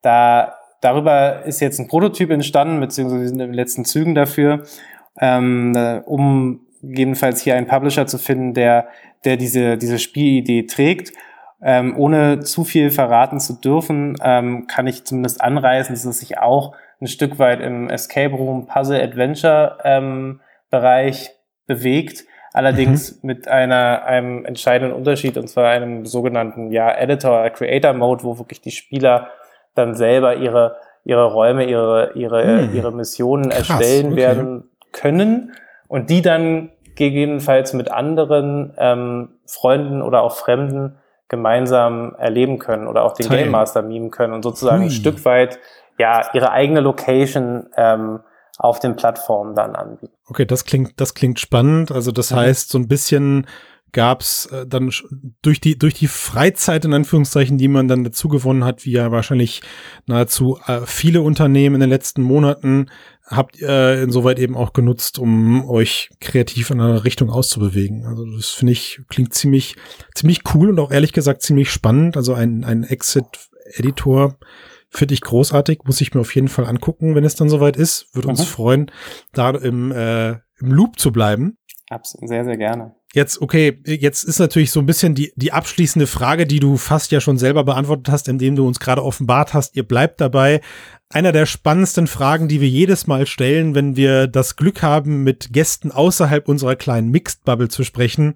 da darüber ist jetzt ein Prototyp entstanden, beziehungsweise wir sind in den letzten Zügen dafür, ähm, um gegebenenfalls hier einen Publisher zu finden, der, der diese, diese Spielidee trägt. Ähm, ohne zu viel verraten zu dürfen, ähm, kann ich zumindest anreißen, dass es sich auch ein Stück weit im Escape Room Puzzle Adventure ähm, Bereich bewegt. Allerdings mhm. mit einer, einem entscheidenden Unterschied, und zwar einem sogenannten, ja, Editor, Creator Mode, wo wirklich die Spieler dann selber ihre, ihre Räume, ihre, ihre, mhm. ihre Missionen Krass, erstellen okay. werden können und die dann gegebenenfalls mit anderen ähm, Freunden oder auch Fremden gemeinsam erleben können oder auch den Teil. Game Master mimen können und sozusagen Hui. ein Stück weit ja ihre eigene Location ähm, auf den Plattformen dann anbieten. Okay, das klingt das klingt spannend. Also das mhm. heißt, so ein bisschen gab's äh, dann durch die durch die Freizeit in Anführungszeichen, die man dann dazu gewonnen hat, wie ja wahrscheinlich nahezu äh, viele Unternehmen in den letzten Monaten, habt ihr äh, insoweit eben auch genutzt, um euch kreativ in eine Richtung auszubewegen. Also das finde ich klingt ziemlich ziemlich cool und auch ehrlich gesagt ziemlich spannend. Also ein ein Exit Editor. Finde ich großartig, muss ich mir auf jeden Fall angucken, wenn es dann soweit ist. Würde uns mhm. freuen, da im, äh, im Loop zu bleiben. Absolut, sehr, sehr gerne. Jetzt, okay, jetzt ist natürlich so ein bisschen die, die abschließende Frage, die du fast ja schon selber beantwortet hast, indem du uns gerade offenbart hast, ihr bleibt dabei. Einer der spannendsten Fragen, die wir jedes Mal stellen, wenn wir das Glück haben, mit Gästen außerhalb unserer kleinen Mixed-Bubble zu sprechen,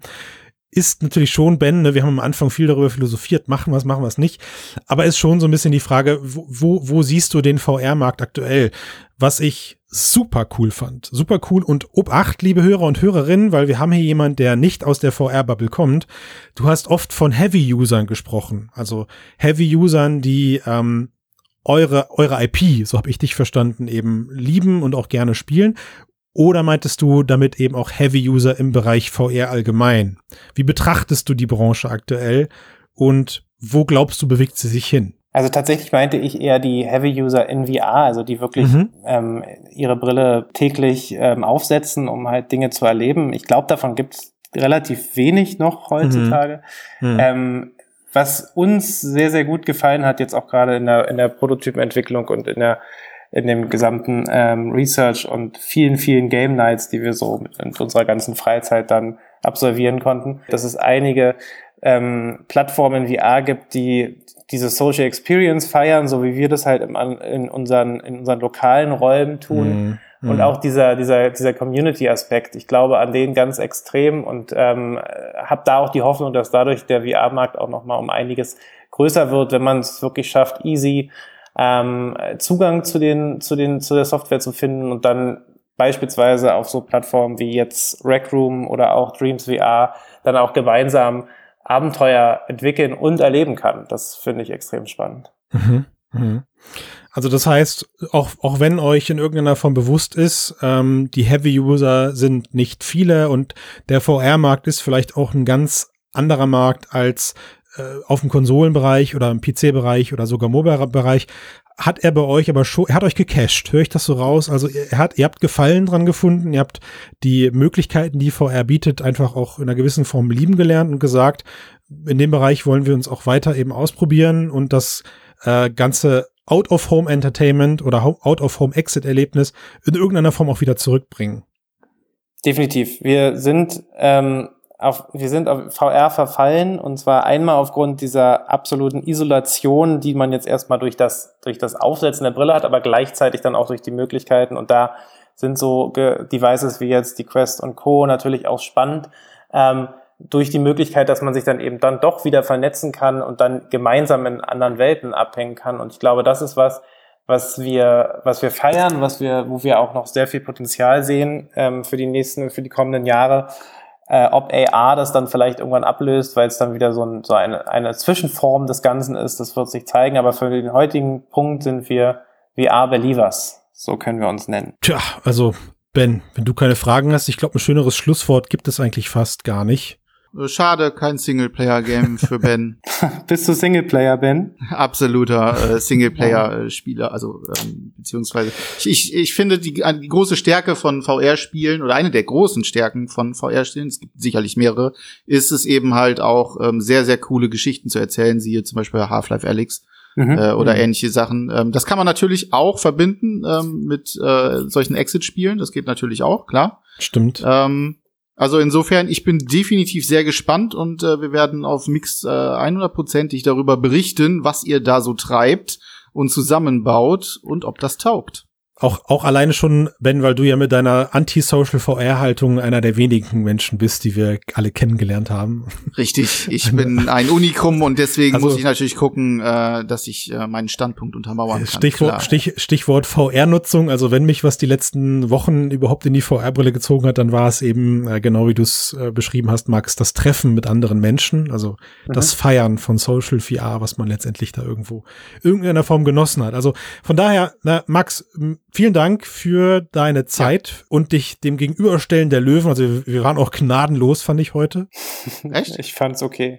ist natürlich schon, Ben, ne, wir haben am Anfang viel darüber philosophiert, machen wir es, machen wir es nicht, aber ist schon so ein bisschen die Frage, wo, wo, wo siehst du den V R-Markt aktuell? Was ich super cool fand, super cool und Obacht, liebe Hörer und Hörerinnen, weil wir haben hier jemand, der nicht aus der V R-Bubble kommt. Du hast oft von Heavy-Usern gesprochen, also Heavy-Usern, die ähm, eure, eure I P, so habe ich dich verstanden, eben lieben und auch gerne spielen. Oder meintest du damit eben auch Heavy-User im Bereich V R allgemein? Wie betrachtest du die Branche aktuell und wo glaubst du, bewegt sie sich hin? Also tatsächlich meinte ich eher die Heavy-User in V R, also die wirklich mhm. ähm, ihre Brille täglich ähm, aufsetzen, um halt Dinge zu erleben. Ich glaube, davon gibt es relativ wenig noch heutzutage. Mhm. Ähm, was uns sehr, sehr gut gefallen hat, jetzt auch gerade in der, in der Prototypenentwicklung und in der in dem gesamten ähm, Research und vielen, vielen Game Nights, die wir so mit, mit unserer ganzen Freizeit dann absolvieren konnten, dass es einige ähm, Plattformen in V R gibt, die diese Social Experience feiern, so wie wir das halt im, in unseren in unseren lokalen Räumen tun. Mm, mm. Und auch dieser dieser dieser Community-Aspekt, ich glaube an den ganz extrem und ähm, habe da auch die Hoffnung, dass dadurch der V R-Markt auch nochmal um einiges größer wird, wenn man es wirklich schafft, easy Ähm, Zugang zu den zu den zu der Software zu finden und dann beispielsweise auf so Plattformen wie jetzt Rec Room oder auch Dreams V R dann auch gemeinsam Abenteuer entwickeln und erleben kann. Das finde ich extrem spannend. Mhm, mhm. Also das heißt, auch auch wenn euch in irgendeiner Form bewusst ist, ähm, die Heavy-User sind nicht viele und der V R-Markt ist vielleicht auch ein ganz anderer Markt als auf dem Konsolenbereich oder im P C-Bereich oder sogar Mobile-Bereich, hat er bei euch aber schon, er hat euch gecached, höre ich das so raus? Also er hat, ihr habt Gefallen dran gefunden, ihr habt die Möglichkeiten, die V R bietet, einfach auch in einer gewissen Form lieben gelernt und gesagt, in dem Bereich wollen wir uns auch weiter eben ausprobieren und das äh, ganze Out-of-Home-Entertainment oder Out-of-Home-Exit-Erlebnis in irgendeiner Form auch wieder zurückbringen. Definitiv. Wir sind ähm Auf, wir sind auf V R verfallen und zwar einmal aufgrund dieser absoluten Isolation, die man jetzt erstmal durch das durch das Aufsetzen der Brille hat, aber gleichzeitig dann auch durch die Möglichkeiten und da sind so Ge- Devices wie jetzt die Quest und Co. natürlich auch spannend, ähm, durch die Möglichkeit, dass man sich dann eben dann doch wieder vernetzen kann und dann gemeinsam in anderen Welten abhängen kann und ich glaube, das ist was, was wir was wir feiern, was wir wo wir auch noch sehr viel Potenzial sehen ähm, für die nächsten, für die kommenden Jahre. Äh, ob A R das dann vielleicht irgendwann ablöst, weil es dann wieder so, ein, so eine, eine Zwischenform des Ganzen ist, das wird sich zeigen. Aber für den heutigen Punkt sind wir V R-Believers. So können wir uns nennen. Tja, also Ben, wenn du keine Fragen hast, ich glaube, ein schöneres Schlusswort gibt es eigentlich fast gar nicht. Schade, kein Singleplayer-Game für Ben. Bist du Singleplayer, Ben? Absoluter äh, Singleplayer-Spieler, also ähm, beziehungsweise ich, ich, ich finde die, die große Stärke von V R-Spielen oder eine der großen Stärken von V R-Spielen, es gibt sicherlich mehrere, ist es eben halt auch ähm, sehr, sehr coole Geschichten zu erzählen, siehe zum Beispiel Half-Life Alyx. Mhm. Äh, oder mhm. ähnliche Sachen. Ähm, das kann man natürlich auch verbinden ähm, mit äh, solchen Exit-Spielen, das geht natürlich auch, klar. Stimmt. Ähm, Also insofern, ich bin definitiv sehr gespannt und äh, wir werden auf Mix äh, hundertprozentig darüber berichten, was ihr da so treibt und zusammenbaut und ob das taugt. Auch, auch alleine schon, Ben, weil du ja mit deiner Anti-Social-V R-Haltung einer der wenigen Menschen bist, die wir alle kennengelernt haben. Richtig, ich bin ein Unikum und deswegen also, muss ich natürlich gucken, äh, dass ich äh, meinen Standpunkt untermauern kann. Stichwort, Stich, Stichwort V R-Nutzung, also wenn mich was die letzten Wochen überhaupt in die V R-Brille gezogen hat, dann war es eben, äh, genau wie du es äh, beschrieben hast, Max, das Treffen mit anderen Menschen, also mhm. das Feiern von Social-V R, was man letztendlich da irgendwo irgendeiner Form genossen hat. Also von daher, na, Max, vielen Dank für deine Zeit ja. und dich dem Gegenüberstellen der Löwen. Also wir waren auch gnadenlos, fand ich heute. Echt? Ich fand's okay.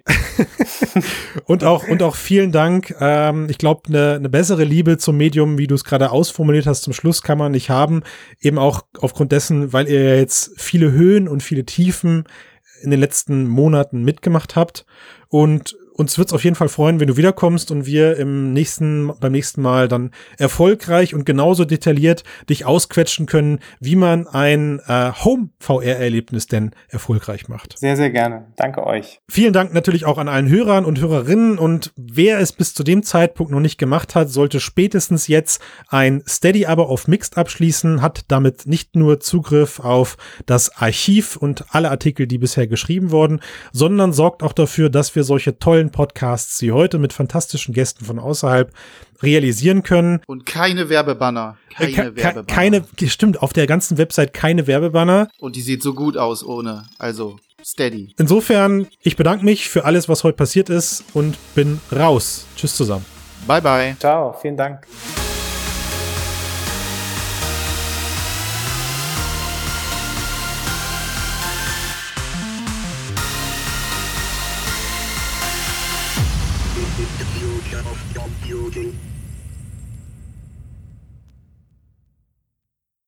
und auch und auch vielen Dank. Ähm, ich glaube, eine ne bessere Liebe zum Medium, wie du es gerade ausformuliert hast, zum Schluss kann man nicht haben. Eben auch aufgrund dessen, weil ihr ja jetzt viele Höhen und viele Tiefen in den letzten Monaten mitgemacht habt und uns wird's auf jeden Fall freuen, wenn du wiederkommst und wir im nächsten, beim nächsten Mal dann erfolgreich und genauso detailliert dich ausquetschen können, wie man ein äh, Home-V R-Erlebnis denn erfolgreich macht. Sehr, sehr gerne. Danke euch. Vielen Dank natürlich auch an allen Hörern und Hörerinnen, und wer es bis zu dem Zeitpunkt noch nicht gemacht hat, sollte spätestens jetzt ein Steady-Abo auf Mixed abschließen, hat damit nicht nur Zugriff auf das Archiv und alle Artikel, die bisher geschrieben wurden, sondern sorgt auch dafür, dass wir solche tollen Podcasts wie heute mit fantastischen Gästen von außerhalb realisieren können. Und keine Werbebanner. Keine Ke Werbebanner. Keine, stimmt, auf der ganzen Website keine Werbebanner. Und die sieht so gut aus ohne. Also, steady. Insofern, ich bedanke mich für alles, was heute passiert ist, und bin raus. Tschüss zusammen. Bye, bye. Ciao, vielen Dank. The future of computing.